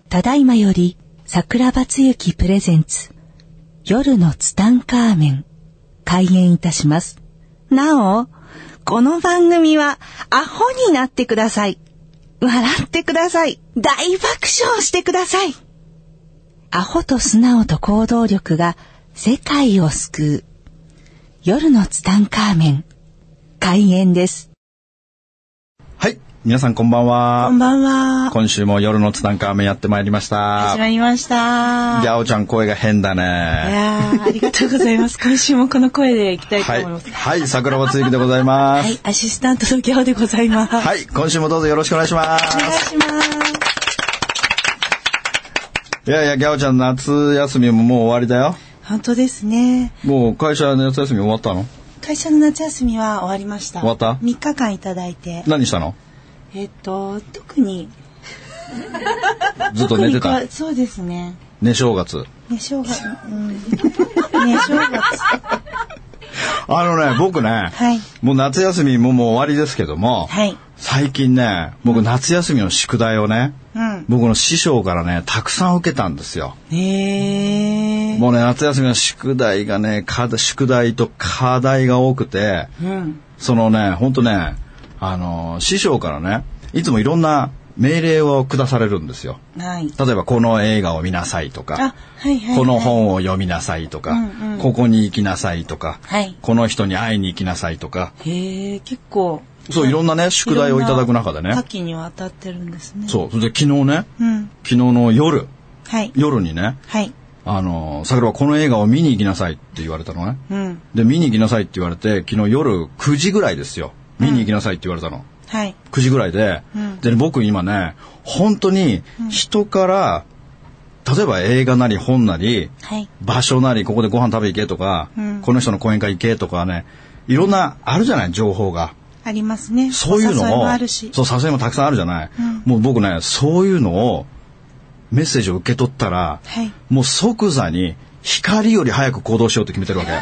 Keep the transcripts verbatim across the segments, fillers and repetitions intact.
ただいまより桜庭つゆきプレゼンツ夜のツタンカーメン開演いたします。なお、この番組はアホになってください。笑ってください。大爆笑してください。アホと素直と行動力が世界を救う夜のツタンカーメン開演です。 はい、皆さんこんばんは。 こんばんは。 今週も夜のツタンカーメンやってまいりました。 始まりました。 ギャオちゃん声が変だね。いやー、ありがとうございます。今週もこの声でいきたいと思います。 はい、はい、桜庭つゆきでございます。 はい、アシスタントのギャオでございます。 はい、今週もどうぞよろしくお願いします。 お願いします。 いやいや、ギャオちゃん夏休みももう終わりだよ。 本当ですね。 もう会社の夏休み終わったの？ 会社の夏休みは終わりました。 終わった？ みっかかんいただいて。 何したの？ えっと特にずっと寝てた。 そうですね。 寝正月。 寝正月。うん。寝正月。 あのね、僕ね、 はい、もう夏休みももう終わりですけども、 はい、 最近ね、僕夏休みの宿題をね、うん、僕の師匠からね、たくさん受けたんですよ。 へー。 もうね、夏休みの宿題がね、宿題と課題が多くて、うん、そのね、ほんとね、あのー、師匠からね、いつもいろんな命令を下されるんですよ。はい、例えばこの映画を見なさいとか、 はいはいはい、 この本を読みなさいとか、うんうん、ここに行きなさいとか、はい、この人に会いに行きなさいとか。 へー、結構。 そう、いろんなね、宿題をいただく中でね。 多岐にわたってるんですね。 そう。それで昨日ね、うん、昨日の夜、はい、夜にね、はい、あの、桜はこの映画を見に行きなさいって言われたのね。うん、で、見に行きなさいって言われて、昨日夜くじぐらいですよ。見に行きなさいって言われたの。うん、はい、くじぐらいで、うん、で、ね、僕今ね、本当に人から、うん、例えば映画なり本なり、はい、場所なり、ここでご飯食べ行けとか、うん、この人の講演会行けとかね、いろんなあるじゃない、情報が。 ありますね。 そういうのを、 誘いもあるし。 そう、誘いもたくさんあるじゃない。うん、もう僕ね、そういうのを、メッセージを受け取ったら、はい、もう即座に光より早く行動しようって決めてるわけ。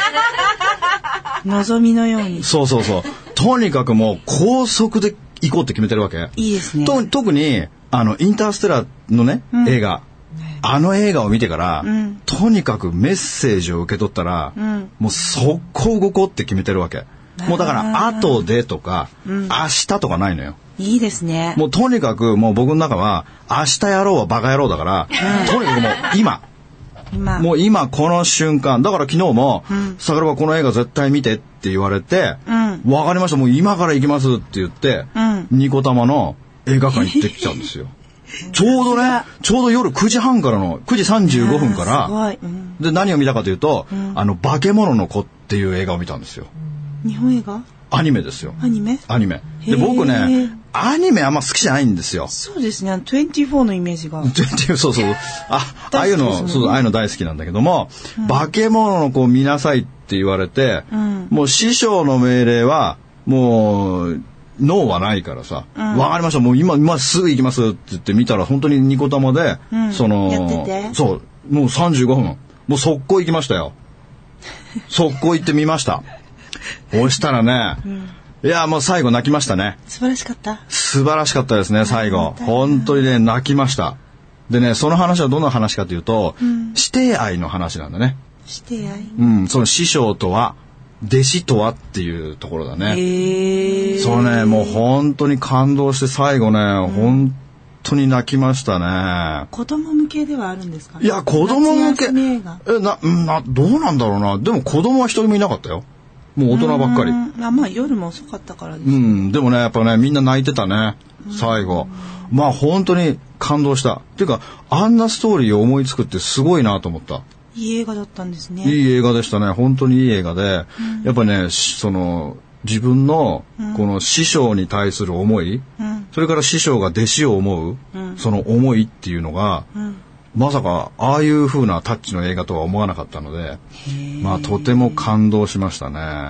望みのように。 そうそうそう。とにかくもう高速で行こうって決めてるわけ。 いいですね。 と特に、あの、インターステラーのね、うん、映画。あの映画を見てから、うん、とにかくメッセージを受け取ったら、うん、もう速攻動こうって決めてるわけ。もうだから後でとか、うん、明日とかないのよ。 いいですね。 もうとにかくもう僕の中は明日やろうはバカ野郎だから、うん、とにかくもう今、今もう今この瞬間だから昨日も、うん、桜庭この映画絶対見てって言われて、うん、分かりましたもう今から行きますって言って、うん、ニコタマの映画館行ってきたんですよ。ちょうどね、ちょうど夜くじはんからのくじさんじゅうごふんから、すごい、うん、で何を見たかというと、うん、あの化け物の子っていう映画を見たんですよ。 日本映画？ アニメですよ。 アニメ？ アニメ。で僕ね、アニメあんま好きじゃないんですよ。 そうですね。にじゅうよんのイメージが。 そうそう。あ、ああいうの、そう、ああいうの大好きなんだけども、うん、化け物の子を見なさいって言われて、うん、もう師匠の命令はもうノーはないからさ、うん、わかりました。もう今今すぐ行きますって言って見たら本当にニコタマで、うん、そのやってて、 そうもうさんじゅうごふん、もう速攻行きましたよ。速攻行ってみました。そしたらね、うん、いやもう最後泣きましたね。 素晴らしかった。 素晴らしかったですね最後。本当にね泣きました。でねその話はどんな話かというと、うん、師弟愛の話なんだね。 師弟愛。 うん、その師匠とは弟子とはっていうところだね。 へー。 そのねもう本当に感動して最後ね、うん、本当に泣きましたね。 子供向けではあるんですかね。 いや子供向け。 えななどうなんだろうな。でも子供は一人もいなかったよ。もう大人ばっかり。 あ、まあ夜も遅かったからです、ね。 うん、でもねやっぱねみんな泣いてたね最後。まあ本当に感動した。っていうかあんなストーリーを思いつくってすごいなと思った。 いい映画だったんですね。 いい映画でしたね。本当にいい映画で、うん、やっぱりねその自分のこの師匠に対する思い、うん、それから師匠が弟子を思う、うん、その思いっていうのが、うん、まさかああいう風なタッチの映画とは思わなかったので、まあとても感動しましたね。うんうんうん、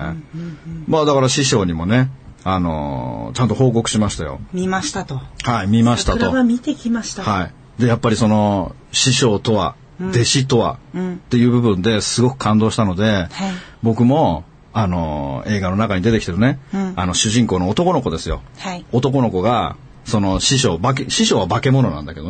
まあだから師匠にもね、あのー、ちゃんと報告しましたよ。 見ましたと。 はい、見ましたと。 桜は見てきました。 はい。でやっぱりその師匠とは、うん、弟子とは、うん、っていう部分ですごく感動したので、はい、僕もあのー、映画の中に出てきてるね、うん、あの主人公の男の子ですよ。はい、男の子がその師匠化け師匠は化け物なんだけどね。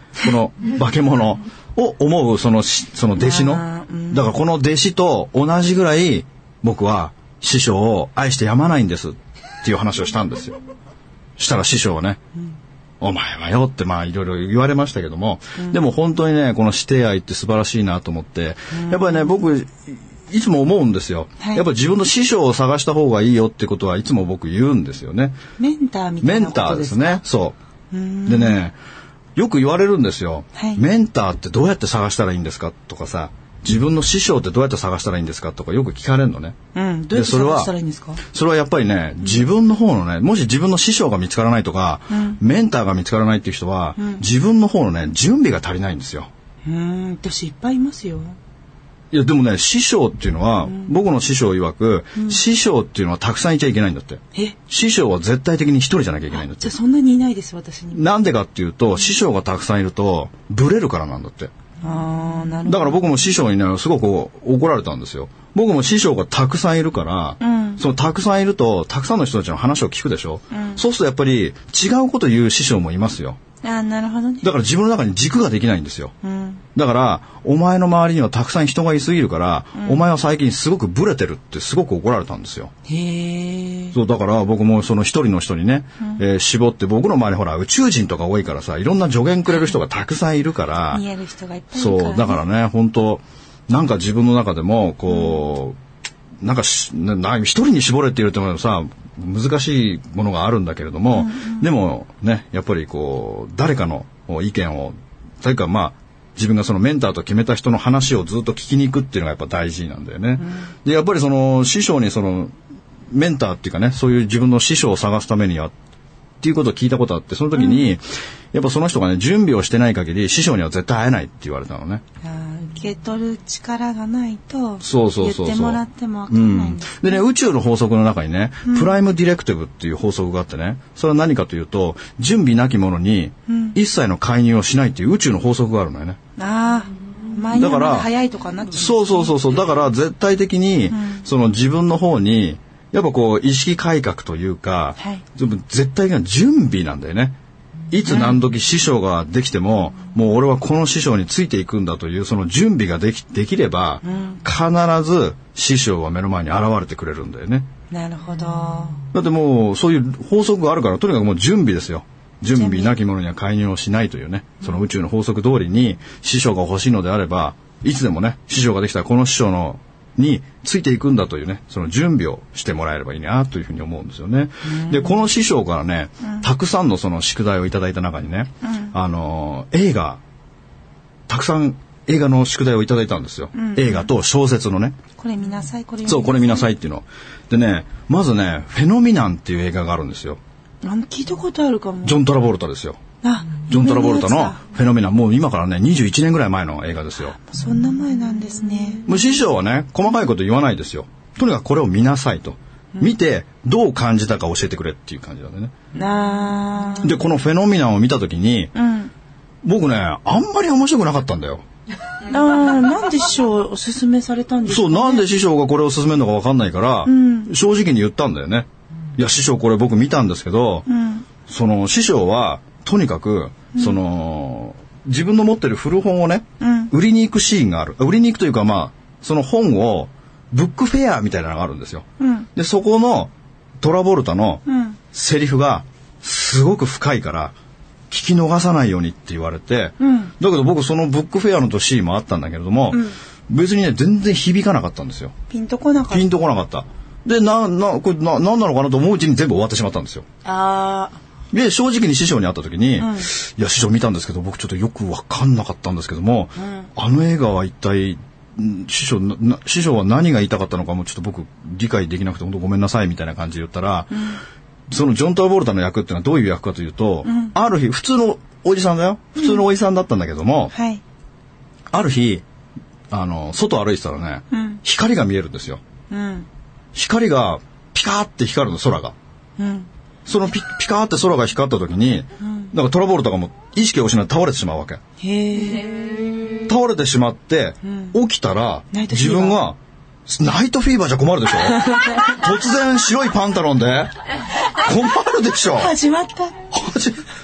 この化け物を思うそのその弟子の、うん、だからこの弟子と同じぐらい僕は師匠を愛してやまないんですっていう話をしたんですよ。したら師匠はね、うん、お前はよってまあいろいろ言われましたけども、うん、でも本当にねこの師弟愛って素晴らしいなと思って、うん、やっぱりね僕いつも思うんですよ、はい、やっぱり自分の師匠を探した方がいいよってことはいつも僕言うんですよね。 メンターみたいなことですか？ メンターですね。そうでね、よく言われるんですよ、はい、メンターってどうやって探したらいいんですかとかさ、自分の師匠ってどうやって探したらいいんですかとかよく聞かれるのね、 うん、どうやって探したらいいんですか？ それはやっぱりね、うん、自分の方のね、もし自分の師匠が見つからないとか、うん、メンターが見つからないっていう人は、うん、自分の方のね準備が足りないんですよ。 うーん、私いっぱいいますよ。 いやでもね、師匠っていうのは、うん、僕の師匠曰く、うん、師匠っていうのはたくさんいちゃいけないんだって。え？師匠は絶対的に一人じゃなきゃいけないんだって。 じゃあそんなにいないです私に。 なんでかっていうと、うん、師匠がたくさんいるとブレるからなんだって。 あー、なるほど。 だから僕も師匠にねすごく怒られたんですよ。僕も師匠がたくさんいるから、うん、そのたくさんいるとたくさんの人たちの話を聞くでしょ、うん、そうするとやっぱり違うこと言う師匠もいますよ。 あ、なるほどね。 だから自分の中に軸ができないんですよ、うん、だからお前の周りにはたくさん人がいすぎるから、うん、お前は最近すごくブレてるってすごく怒られたんですよ。 へー。 そうだから僕もその一人の人にね、うん、えー、絞って、僕の周りほら宇宙人とか多いからさ、いろんな助言くれる人がたくさんいるから、 見える人がいっぱいいるから、ね、 そうだからね、本当なんか自分の中でもこう、うん、なんかしな一人に絞れって言うとさ難しいものがあるんだけれども、うんうん、でもねやっぱりこう誰かの意見を、というかまあ自分がそのメンターと決めた人の話をずっと聞きに行くっていうのがやっぱ大事なんだよね、うん、でやっぱりその師匠にそのメンターっていうかね、そういう自分の師匠を探すためにはっていうことを聞いたことあって、その時に、うん、やっぱその人がね準備をしてない限り師匠には絶対会えないって言われたのね。 受け取る力がないとそうそうそうそう言ってもらっても分かんないんです、 うん、でね宇宙の法則の中にね、うん、プライムディレクティブっていう法則があってね、それは何かというと準備なきものに一切の介入をしないっていう宇宙の法則があるのよね、 うん、ああだから早いとかなって、ね、 そうそうそうそう、だから絶対的に、うん、その自分の方にやっぱこう意識改革というか、はい、絶対的な準備なんだよね。いつ何時師匠ができても、うん、もう俺はこの師匠についていくんだというその準備ができ、できれば、うん、必ず師匠は目の前に現れてくれるんだよね。 なるほど。 だってもうそういう法則があるから、とにかくもう準備ですよ。準備なきものには介入をしないというね、その宇宙の法則通りに師匠が欲しいのであれば、いつでもね師匠ができたらこの師匠のについていくんだというね、その準備をしてもらえればいいなというふうに思うんですよね。でこの師匠からね、うん、たくさんのその宿題をいただいた中にね、うん、あの映画たくさん映画の宿題をいただいたんですよ、うん、映画と小説のね、 これ見なさいこれ見なさい、 そうこれ見なさいっていうのでね、まずねフェノミナンっていう映画があるんですよ。 あの聞いたことあるかも。 ジョン・トラボルタですよ。 あ、 ジョン・トラボルタのフェノメナン、もう今からねにじゅういちねんぐらい前の映画ですよ。 そんな前なんですね。 もう師匠はね細かいこと言わないですよ。とにかくこれを見なさいと、うん、見てどう感じたか教えてくれっていう感じなんでね。 あでこのフェノメナンを見た時に、うん、僕ねあんまり面白くなかったんだよ。 あ、なんで師匠おすすめされたんですかね。 そう、なんで師匠がこれを勧めるのか分かんないから、うん、正直に言ったんだよね、うん、いや師匠これ僕見たんですけど、うん、その師匠はとにかくその、うん、自分の持ってる古本をね、うん、売りに行くシーンがある。売りに行くというか、まあその本をブックフェアみたいなのがあるんですよ、うん、でそこのトラボルタのセリフがすごく深いから聞き逃さないようにって言われて、うん、だけど僕そのブックフェアのシーンもあったんだけれども、うん、別にね全然響かなかったんですよ。 ピンとこなかった。 ピンとこなかった。でななこれな何なのかなと思ううちに全部終わってしまったんですよ。 あで正直に師匠に会った時に、うん、いや師匠見たんですけど僕ちょっとよく分かんなかったんですけども、うん、あの映画は一体師匠な師匠は何が言いたかったのかもちょっと僕理解できなくて本当ごめんなさいみたいな感じで言ったら、うん、そのジョン・トラボルタの役っていうのはどういう役かというと、うん、ある日普通のおじさんだよ普通のおじさんだったんだけども、うんはい、ある日あの外歩いてたらね、うん、光が見えるんですよ、うん、光がピカーって光るの空が、うんその ピ, ピカーって空が光った時に、うん、なんかトラボルタがもう意識を失って倒れてしまうわけ。へ倒れてしまって、うん、起きたら自分がナイトフィーバーじゃ困るでしょ突然白いパンタロンで困るでしょ。 始まった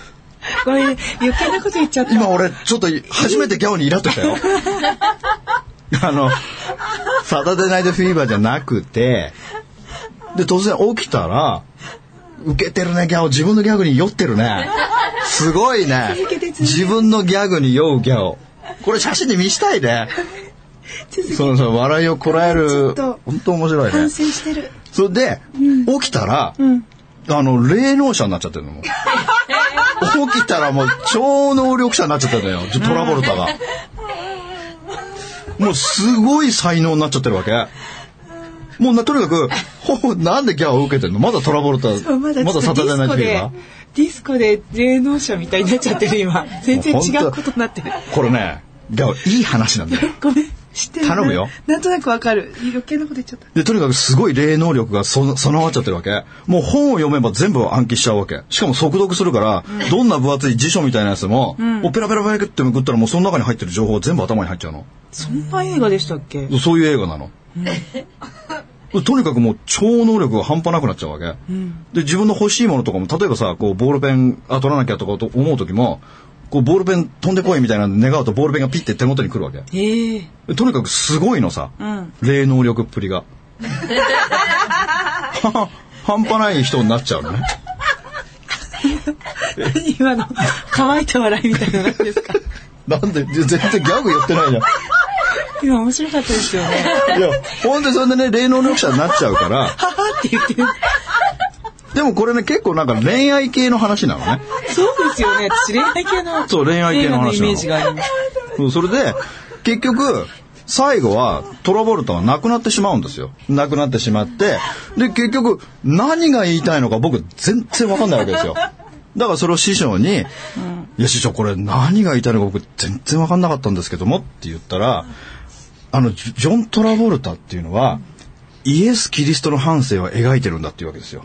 ごめん、余計なこと言っちゃった。 今俺ちょっと初めてギャオにイラッとしたよ。あのサタデーナイトフィーバーじゃなくて、で突然起きたら受けてるねギャオ、自分のギャグに酔ってるね。すごいね。自分のギャグに酔うギャオ。これ写真で見したいね。そうそう、笑いをこらえる。本当面白いね。 反省してる。 それで、うん、起きたら、うん、あの霊能者になっちゃってるのも。起きたらもう超能力者になっちゃってるのよ。トラボルタが。もうすごい才能になっちゃってるわけ。もうな、とにかく、ほなんでギャオを受けてるの？まだトラボルタ、まだ、まだサタデーナイトフィーバー？ ディスコで霊能者みたいになっちゃってる今。全然違うことになってる。 これね、ギャオいい話なんだよ。 ごめん。知ってる。 頼むよ。 なんとなくわかる。余計なこと言っちゃった。 で、とにかくすごい霊能力がそ備わっちゃってるわけ。もう本を読めば全部暗記しちゃうわけ。しかも速読するから、うん、どんな分厚い辞書みたいなやつも、うん、もうペラペラペラってめくったらもうその中に入ってる情報全部頭に入っちゃうの。 そんな映画でしたっけ？ そういう映画なの。うん、とにかくもう超能力が半端なくなっちゃうわけ。うん、で、自分の欲しいものとかも、例えばさ、こうボールペンあ取らなきゃとかと思う時も、こうボールペン飛んでこいみたいな願うとボールペンがピッて手元に来るわけ。 へえ。 とにかくすごいのさ、うん、霊能力っぷりが半端ない人になっちゃうのね。 今の乾いた笑いみたいなのなんですか？ なんで全然ギャグ言ってないじゃん。 今面白かったですよね。 いや本当にそれでね霊能力者になっちゃうから。ははって言ってる。 でもこれね結構なんか恋愛系の話なのね。 そうですよね。私恋愛系のそう恋愛系の話なの。 イメージがあります。 そうそれで結局最後はトラボルタは亡くなってしまうんですよ。亡くなってしまってで結局何が言いたいのか僕全然わかんないわけですよ。だからそれを師匠に、うん、いや師匠これ何が言いたいのか僕全然わかんなかったんですけどもって言ったら、あのジョン・トラボルタっていうのは、うん、イエス・キリストの半生を描いてるんだっていうわけですよ。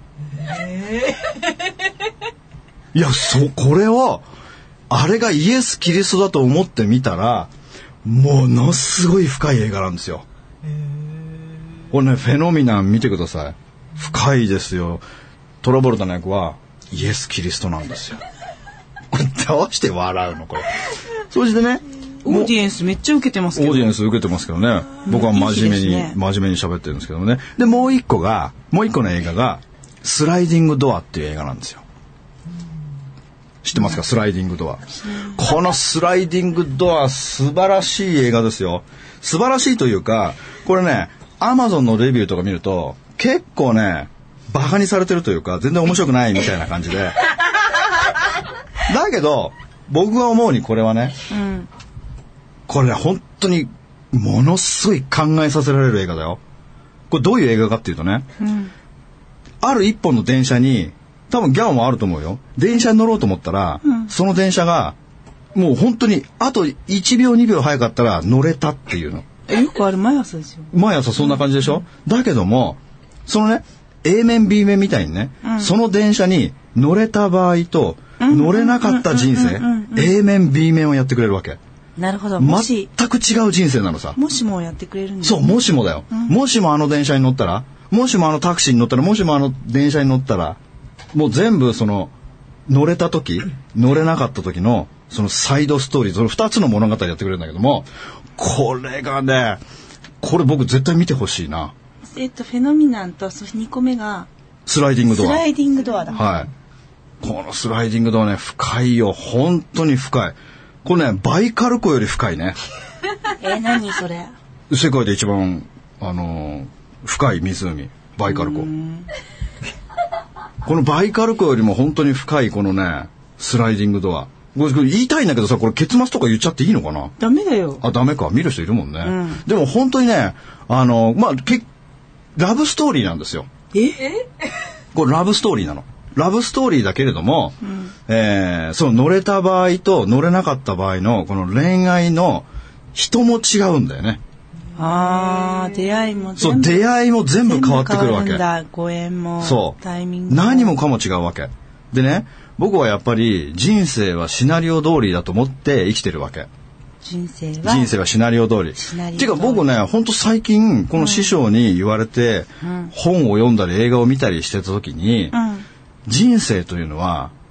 いやそこれはあれがイエス・キリストだと思ってみたらものすごい深い映画なんですよ。これねフェノミナン見てください。深いですよ。トラボルタの役はイエス・キリストなんですよ。これどうして笑うのこれ。そしてねオーディエンスめっちゃ受けてますけど。 オーディエンス受けてますけどね。僕は真面目に、ね、真面目に喋ってるんですけどね。でもう一個がもう一個の映画がスライディングドアっていう映画なんですよ。知ってますか？スライディングドア。このスライディングドア素晴らしい映画ですよ。素晴らしいというかこれねアマゾンのレビューとか見ると結構ねバカにされてるというか全然面白くないみたいな感じでだけど僕が思うにこれはね、うん、これね本当にものすごい考えさせられる映画だよ。これどういう映画かっていうとね、うん、ある一本の電車に多分ギャオもあると思うよ。電車に乗ろうと思ったら、うん、その電車がもう本当にあといちびょうにびょう早かったら乗れたっていうの。 よくある毎朝ですよ。 毎朝そんな感じでしょ、うん、だけどもそのね A 面 B 面みたいにね、うん、その電車に乗れた場合と、うん、乗れなかった人生 A 面 B 面をやってくれるわけ。 なるほど。もし全く違う人生なのさ。 もしもやってくれるんだ、ね、 そうもしもだよ、うん、もしもあの電車に乗ったらもしもあのタクシーに乗ったらもしもあの電車に乗ったらもう全部その乗れた時乗れなかった時のそのサイドストーリーそのふたつの物語やってくれるんだけどもこれがねこれ僕絶対見てほしいな。 えっとフェノミナンとそしてにこめがスライディングドア。 スライディングドアだ。 はい。このスライディングドアね深いよ本当に深い。これねバイカル湖より深いね。 えー、何それ。 世界で一番あのー、深い湖バイカル湖。このバイカル湖よりも本当に深いこのねスライディングドア。これ言いたいんだけどさこれ結末とか言っちゃっていいのかな。 ダメだよ。 あダメか見る人いるもんね、うん、でも本当にねあのまあけラブストーリーなんですよ。 えこれラブストーリーなの。ラブストーリーだけれども、うんえー、その乗れた場合と乗れなかった場合のこの恋愛の人も違うんだよね。 あ出会いも全部そう出会いも全部変わってくるわけ。 ご縁もそうタイミングも何もかも違うわけでね。僕はやっぱり人生はシナリオ通りだと思って生きてるわけ。 人生は人生はシナリオ通り。ていうか僕ね本当最近この師匠に言われて、うん、本を読んだり映画を見たりしてた時に、うん、人生というのは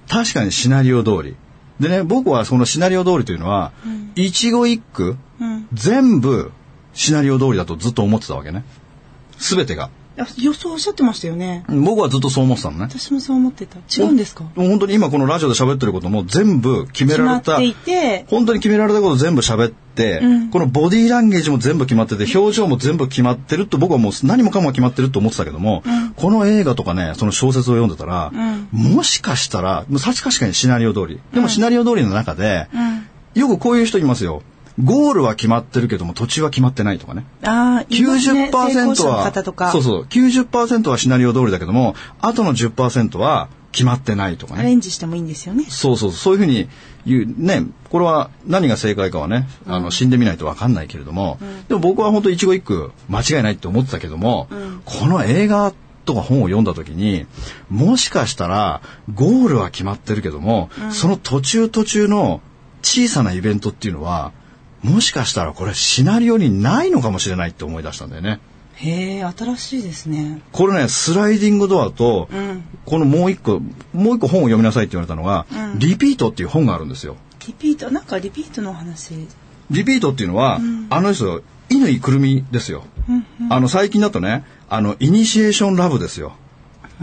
確かにシナリオ通り。でね、僕はそのシナリオ通りというのは、うん、一語一句、うん、全部シナリオ通りだとずっと思ってたわけね。すべてが。 予想おっしゃってましたよね。 僕はずっとそう思ってたのね。 私もそう思ってた。違うんですか？ 本当に今このラジオで喋ってることも全部決められた。 決まっていて、 本当に決められたこと全部喋って、うん、このボディーランゲージも全部決まってて、表情も全部決まってると僕はもう何もかも決まってると思ってたけども、うん、この映画とかね、その小説を読んでたら、うん、もしかしたら、確かにシナリオ通り。でもシナリオ通りの中で、うん、よくこういう人いますよ。ゴールは決まってるけども途中は決まってないとかね。 ああ、 きゅうじゅっパーセント はそうそう きゅうじゅっパーセント はシナリオ通りだけども、あとの じゅっパーセント は決まってないとかね。 アレンジしてもいいんですよね。 そうそうそういうふうに言うね。これは何が正解かはね、あの死んでみないと分かんないけれども、うん、でも僕は本当一語一句間違いないって思ってたけども、うん、この映画とか本を読んだ時に、もしかしたらゴールは決まってるけども、うん、その途中途中の小さなイベントっていうのはもしかしたらこれシナリオにないのかもしれないって思い出したんだよね。 へえ、新しいですね。 これね、スライディングドアと、うん、このもう一個もう一個本を読みなさいって言われたのが、うん、リピートっていう本があるんですよ。 リピート、なんかリピートの話。 リピートっていうのは、うん、あの人乾くるみですよ、うんうん、あの最近だとね、あのイニシエーションラブですよ。うん、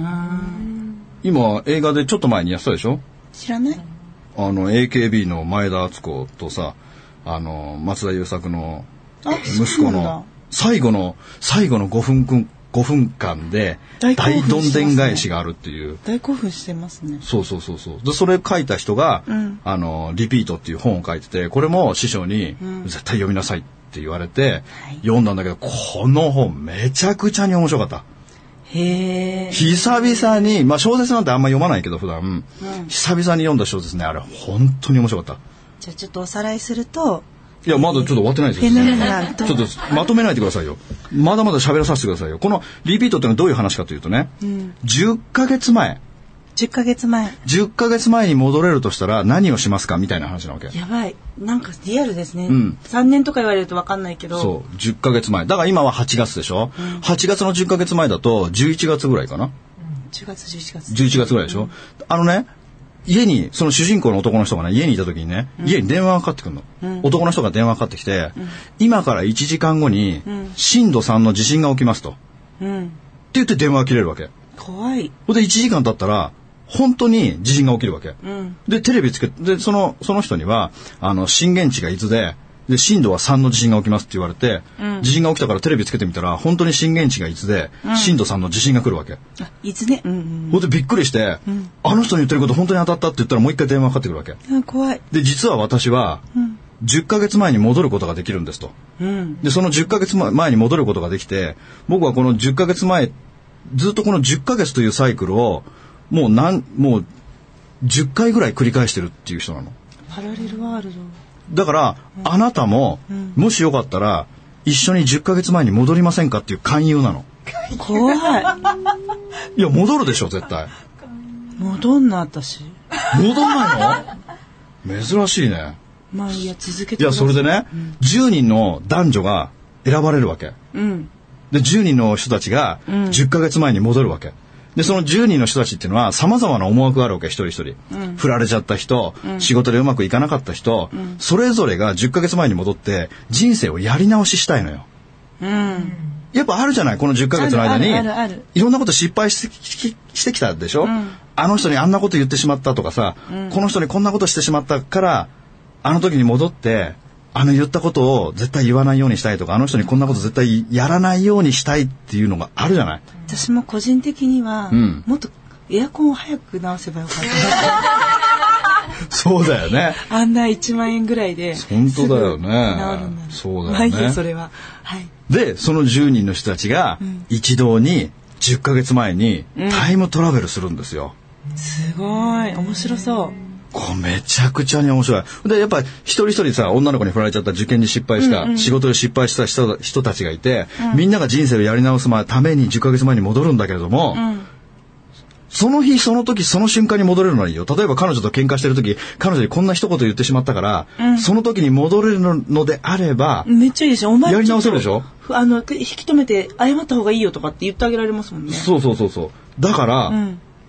今映画でちょっと前にやってたでしょ。 知らない。 あの エーケービー の前田敦子とさ、あの松田優作の息子の最後の最後のごふんくんごふんかんで大どんでん返しがあるっていう。 大興奮してますね。 そうそうそうそう。でそれ書いた人が、うん、あのリピートっていう本を書いてて、これも師匠に、うん、絶対読みなさいって言われて、はい、読んだんだけど、この本めちゃくちゃに面白かった。 へー。 久々に、まあ小説なんてあんま読まないけど普段、うん、久々に読んだ小説ね、あれ本当に面白かった。 じゃあちょっとおさらいすると、 いやまだちょっと終わってないですよ。ちょっとまとめないでくださいよ。まだまだ喋らさせてくださいよ。このリピートってのはどういう話かというとね、うん、じゅっかげつまえじゅっかげつまえじゅっかげつまえに戻れるとしたら何をしますかみたいな話なわけ。 やばい、なんかリアルですね、うん、さんねんとか言われると分かんないけど、 そうじゅっかげつまえだから今ははちがつでしょ、うん、はちがつのじゅっかげつまえだとじゅういちがつぐらいかな、うん、 じゅうがつじゅういちがつじゅういちがつぐらいでしょ、うん、あのね、家にその主人公の男の人がね、家にいた時にね、うん、家に電話がかかってくるの、うん、男の人が電話がかかってきて、うん、今からいちじかんごに震度さんの地震が起きますと、うん、って言って電話が切れるわけ。 怖い。 でいちじかん経ったら本当に地震が起きるわけ、うん、でテレビつけて、そのその人にはあの震源地がいつでで震度はさんの地震が起きますって言われて、うん、地震が起きたからテレビつけてみたら本当に震源地がいつで、うん、震度さんの地震が来るわけ。あ、 いつね、うんうん、 ほんでびっくりして、うん、あの人の言ってること本当に当たったって言ったらもう一回電話かかってくるわけ、 うん、怖い。 で実は私は、うん、じゅっかげつまえに戻ることができるんですと、うん、でそのじゅっかげつまえに戻ることができて、僕はこのじゅっかげつまえずっとこのじゅっかげつというサイクルをもうなんもうじゅっかいぐらい繰り返してるっていう人なの。 パラレルワールドだから、うん、あなたも、うん、もしよかったら一緒にじゅっかげつまえに戻りませんかっていう勧誘なの。 怖い。 いや戻るでしょ絶対。 戻んな私。 戻んないの？珍しいね。 まあいや続けて。 いやそれでね、うん、じゅうにんの男女が選ばれるわけ。うん、でじゅうにんの人たちがじゅっかげつまえに戻るわけ。でそのじゅうにんの人たちっていうのは様々な思惑があるわけ。一人一人、うん、振られちゃった人、うん、仕事でうまくいかなかった人、うん、それぞれがじゅっかげつまえに戻って人生をやり直ししたいのよ、うん、やっぱあるじゃない。このじゅっかげつの間にいろんなこと失敗してき、してきたでしょ、うん、あの人にあんなこと言ってしまったとかさ、うん、この人にこんなことしてしまったからあの時に戻ってあの言ったことを絶対言わないようにしたいとか、あの人にこんなこと絶対やらないようにしたいっていうのがあるじゃない。 私も個人的には、うん、もっとエアコンを早く直せばよかったそうだよね。 あんないちまんえんぐらいで本当だよね。 治るんだね。 そうだよね。 まあいいよそれは、はい、 でそのじゅうにんの人たちが一堂にじゅっかげつまえにタイムトラベルするんですよ、 うん、すごい面白そう。 これめちゃくちゃに面白い。でやっぱり一人一人さ、女の子に振られちゃった、受験に失敗した、うんうん、仕事で失敗した人、人たちがいて、うん、みんなが人生をやり直すためにじゅっかげつまえに戻るんだけれども、うん、その日その時その瞬間に戻れるのはいいよ。例えば彼女と喧嘩してる時、彼女にこんな一言言ってしまったから、うん、その時に戻れるのであればめっちゃいいでしょ。お前やり直せるでしょ。 あの引き止めて謝った方がいいよとかって言ってあげられますもんね。 そうそうそうそう。だから、うん、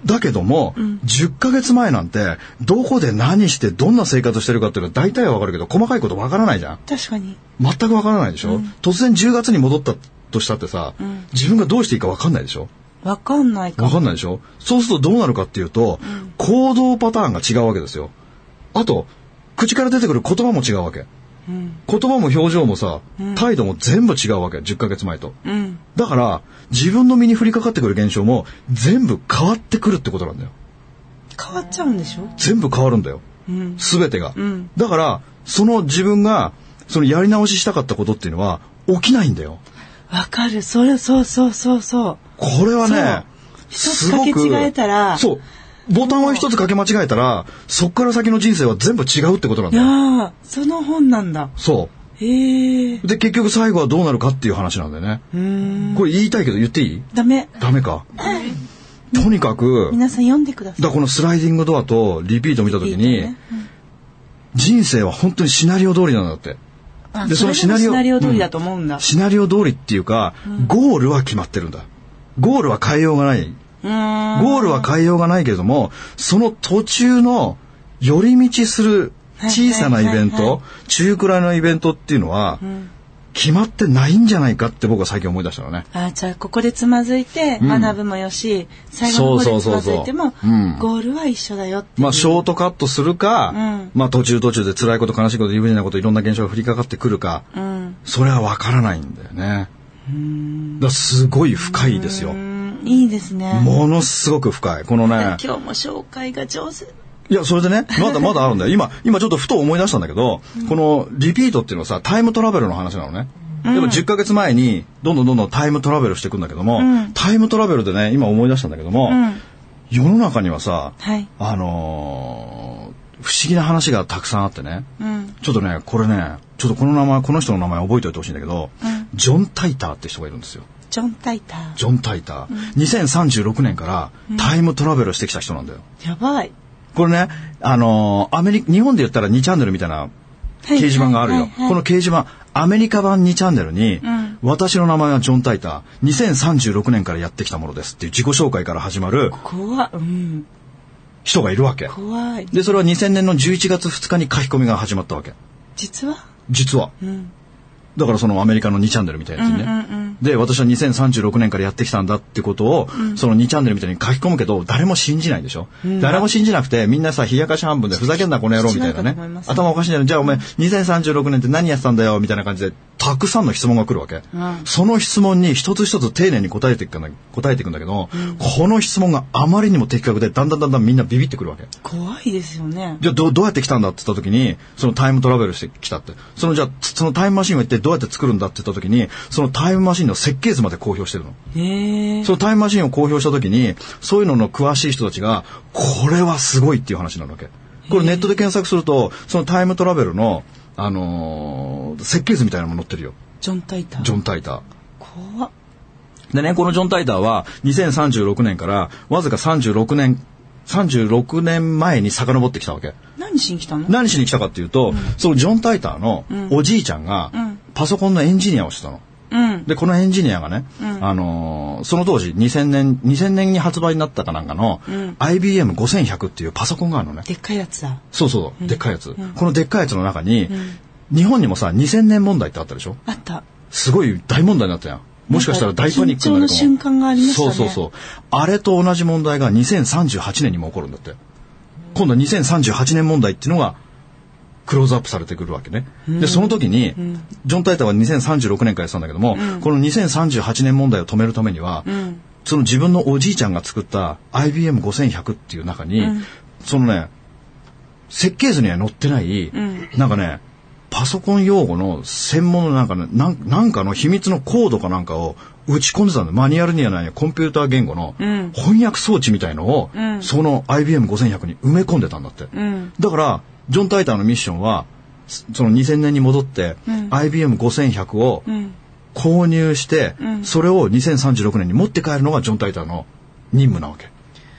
だけども、うん、じゅっかげつまえなんてどこで何してどんな生活してるかっていうのは大体はわかるけど細かいことわからないじゃん。 確かに全くわからないでしょ、うん、突然じゅうがつに戻ったとしたってさ、うん、自分がどうしていいかわかんないでしょ。 わかんないかわかんないでしょ。そうするとどうなるかっていうと、うん、行動パターンが違うわけですよ。あと口から出てくる言葉も違うわけ、うん、言葉も表情もさ、うん、態度も全部違うわけじゅっかげつまえと、うん、だから自分の身に降りかかってくる現象も全部変わってくるってことなんだよ。 変わっちゃうんでしょ。 全部変わるんだよ、うん、全てが、うん、だからその自分がそのやり直ししたかったことっていうのは起きないんだよ。 わかる。それそうそうそうそうこれはね一つかけ違えたらそうボタンを一つかけ間違えたらそっから先の人生は全部違うってことなんだよ。いやその本なんだ。 そうへえ。 で結局最後はどうなるかっていう話なんだよね。うーんこれ言いたいけど言っていい？ ダメダメか、うん、とにかく皆さん読んでください。 だこのスライディングドアとリピート見た時に、ねうん、人生は本当にシナリオ通りなんだって。 でそのシナリオ、シナリオ通りだと思うんだ、 うん、シナリオ通りっていうか、うん、ゴールは決まってるんだ。ゴールは変えようがない。うーんゴールは変えようがないけれどもその途中の寄り道する小さなイベント、はいはいはいはい、中くらいのイベントっていうのは、うん、決まってないんじゃないかって僕は最近思い出したのね。 あじゃあここでつまずいて学ぶもよし、うん、最後の方でつまずいてもゴールは一緒だよっていう、 まあショートカットするか、うん、まあ途中途中で辛いこと悲しいこと理不尽なこといろんな現象が降りかかってくるか、うん、それは分からないんだよね。うんだすごい深いですよ。 いいですね。 ものすごく深いこのね。 今日も紹介が上手。 いやそれでねまだまだあるんだよ今今ちょっとふと思い出したんだけど、うん、このリピートっていうのはさタイムトラベルの話なのね。うん、でもじゅっかげつまえにどんどんどんどんタイムトラベルしていくんだけども、うん、タイムトラベルでね今思い出したんだけども、うん、世の中にはさ、はい、あのー、不思議な話がたくさんあってね、うん、ちょっとねこれねちょっとこの名前この人の名前覚えておいてほしいんだけど、うん、ジョン・タイターって人がいるんですよ。 ジョン・タイタージョン・タイター、うん、にせんさんじゅうろくねんからタイムトラベルしてきた人なんだよ、 うん、やばい。 これねあのー、アメリ日本で言ったらにチャンネルみたいな掲示板があるよ、はいはいはいはい、この掲示板アメリカ版にチャンネルに、うん、私の名前はジョン・タイターにせんさんじゅうろくねんからやってきたものですっていう自己紹介から始まる怖、うん、 人がいるわけ。 怖い。 でそれはにせんねんのじゅういちがつふつかに書き込みが始まったわけ。 実は実は、うん、だからそのアメリカのにチャンネルみたいなやつにね、うんうんうん、で私はにせんさんじゅうろくねんからやってきたんだってことを、うん、そのにチャンネルみたいに書き込むけど誰も信じないでしょ、うん、誰も信じなくてみんなさ冷やかし半分でふざけんなこの野郎みたいなね頭おかしいんだよじゃあお前にせんさんじゅうろくねんって何やってたんだよみたいな感じでたくさんの質問が来るわけ、うん、その質問に一つ一つ丁寧に答えていくんだ答えていくんだけど、うん、この質問があまりにも的確でだんだんだんだんみんなビビってくるわけ。 怖いですよね。 じゃあ ど, どうやって来たんだって言った時にそのタイムトラベルしてきたってそのじゃあそのタイムマシンを一体どうやって作るんだって言った時にそのタイムマシンの設計図まで公表してるの。へー。そのタイムマシンを公表した時にそういうのの詳しい人たちがこれはすごいっていう話なわけ。これネットで検索するとそのタイムトラベルの、あのー、設計図みたいなのも載ってるよ。 ジョン・タイター。 ジョン・タイター。 怖っ。 でねこのジョン・タイターはにせんさんじゅうろくねんからわずかさんじゅうろくねんさんじゅうろくねんまえに遡ってきたわけ。 何しに来たの？ 何しに来たかっていうと、うん、そのジョン・タイターのおじいちゃんがパソコンのエンジニアをしてたの。うん、でこのエンジニアがね、うん、あのー、その当時にせんねんにせんねんに発売になったかなんかの、うん、アイビーエムごせんひゃく っていうパソコンがあるのね。 でっかいやつだ。 そうそう、うん、でっかいやつ、うん、このでっかいやつの中に、うん、日本にもさにせんねん問題ってあったでしょ。 あった。すごい大問題になったやん。もしかしたら大パニックになるかも。緊張の瞬間がありましたね。 そうそうそう。あれと同じ問題がにせんさんじゅうはちねんにも起こるんだって。今度はにせんさんじゅうはちねん問題っていうのがクローズアップされてくるわけね。でその時に、うん、ジョン・タイターはにせんさんじゅうろくねんからやってたんだけども、うん、このにせんさんじゅうはちねん問題を止めるためには、うん、その自分のおじいちゃんが作った アイビーエムごせんひゃく っていう中に、うん、そのね設計図には載ってない、うん、なんかねパソコン用語の専門のなんか、ね、なんなんかの秘密のコードかなんかを打ち込んでたんだ。マニュアルにはないコンピューター言語の翻訳装置みたいのを、うん、その アイビーエムごせんひゃく に埋め込んでたんだって、うん、だからジョン・タイターのミッションはそのにせんねんに戻って、うん、アイビーエムごせんひゃく を購入して、うん、それをにせんさんじゅうろくねんに持って帰るのがジョン・タイターの任務なわけ。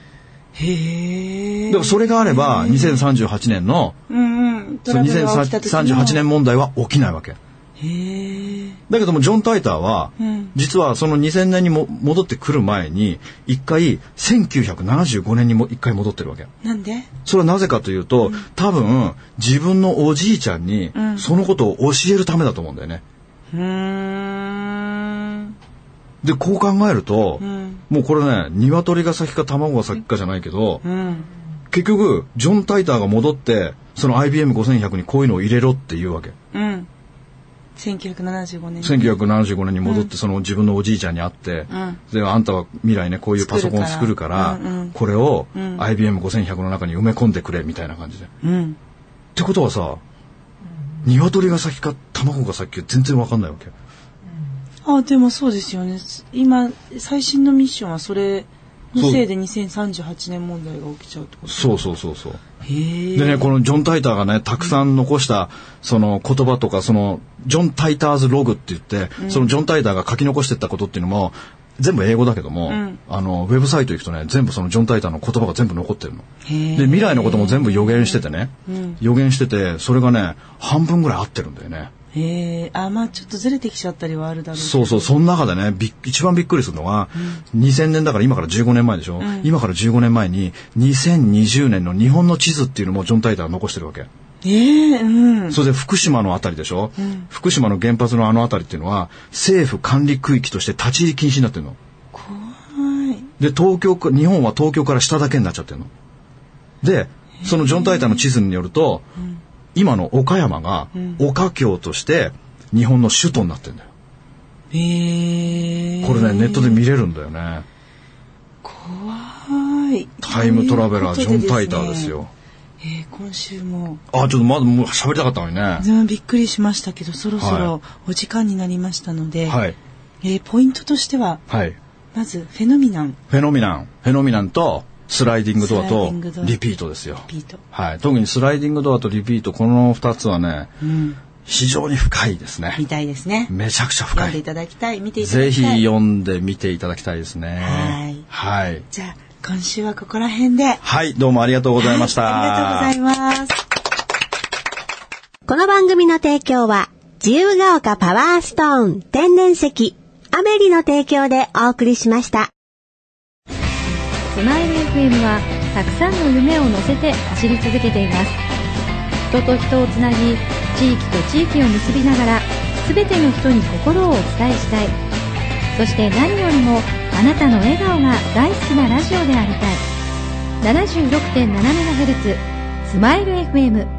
へえ。 だからそれがあればにせんさんじゅうはちねんの、うんうん、そのにせんさんじゅうはちねん問題は起きないわけ。 へだけどもジョン・タイターは、うん、実はそのにせんねんにも戻ってくる前に一回せんきゅうひゃくななじゅうごねんにも一回戻ってるわけ。 なんで？ それはなぜかというと、うん、多分自分のおじいちゃんにそのことを教えるためだと思うんだよね。 うーん。 でこう考えると、うん、もうこれね鶏が先か卵が先かじゃないけど、うん、結局ジョン・タイターが戻ってその アイビーエムごせんひゃく にこういうのを入れろっていうわけ。 うんせんきゅうひゃくななじゅうごねんせんきゅうひゃくななじゅうごねんに戻って、うん、その自分のおじいちゃんに会って、うん、であんたは未来ねこういうパソコンを作るから、うんうん、これを アイビーエムごせんひゃく の中に埋め込んでくれみたいな感じで、うん、ってことはさ鶏が先か卵が先か全然分かんないわけ。 あでもそうですよね。今最新のミッションはそれのせいでにせんさんじゅうはちねん問題が起きちゃうってこと。 そうそうそうそう。 へでねこのジョン・タイターがねたくさん残したその言葉とかそのジョン・タイターズログって言って、うん、そのジョン・タイターが書き残していったことっていうのも全部英語だけども、うん、あのウェブサイト行くとね全部そのジョン・タイターの言葉が全部残ってるの。で未来のことも全部予言しててね、うん、予言しててそれがね半分ぐらい合ってるんだよね。 へあまあちょっとずれてきちゃったりはあるだろうけど。 そうそうその中でねび一番びっくりするのは、うん、にせんねんだから今からじゅうごねんまえでしょ、うん、今からじゅうごねんまえににせんにじゅうねんの日本の地図っていうのもジョン・タイターが残してるわけ。 えーうん、 それで福島のあたりでしょ、うん、福島の原発のあのあたりっていうのは政府管理区域として立ち入り禁止になってるの。 怖い。 で東京日本は東京から下だけになっちゃってるのでそのジョン・タイターの地図によると、えーうん今の岡山が岡京として日本の首都になってんだよ。 へーこれねネットで見れるんだよね。 怖い。 タイムトラベラー、ね、ジョン・タイターですよ。 えー、今週もあちょっとまだもう喋りたかったのにね、 うん、びっくりしましたけどそろそろお時間になりましたので、 はいえー、ポイントとしては、 はい、 まずフェノミナンフェノミナンフェノミナンとスライディングドアとリピートですよ。 リピート、 はい、特にスライディングドアとリピートこのふたつはね、うん、非常に深いですね。 見たいですね。 めちゃくちゃ深い。 読んでいただきたい見ていただきたい。 ぜひ読んでみていただきたいですね。 はい、 はい、 じゃあ今週はここら辺で。 はいどうもありがとうございました、 はい、ありがとうございます。 この番組の提供は自由が丘パワーストーン天然石アメリの提供でお送りしました。 スマイル エフエム はたくさんの夢を乗せて走り続けています。人と人をつなぎ地域と地域を結びながら全ての人に心をお伝えしたい。そして何よりもあなたの笑顔が大好きなラジオでありたい。 ななじゅうろくてんななメガヘルツ スマイル エフエム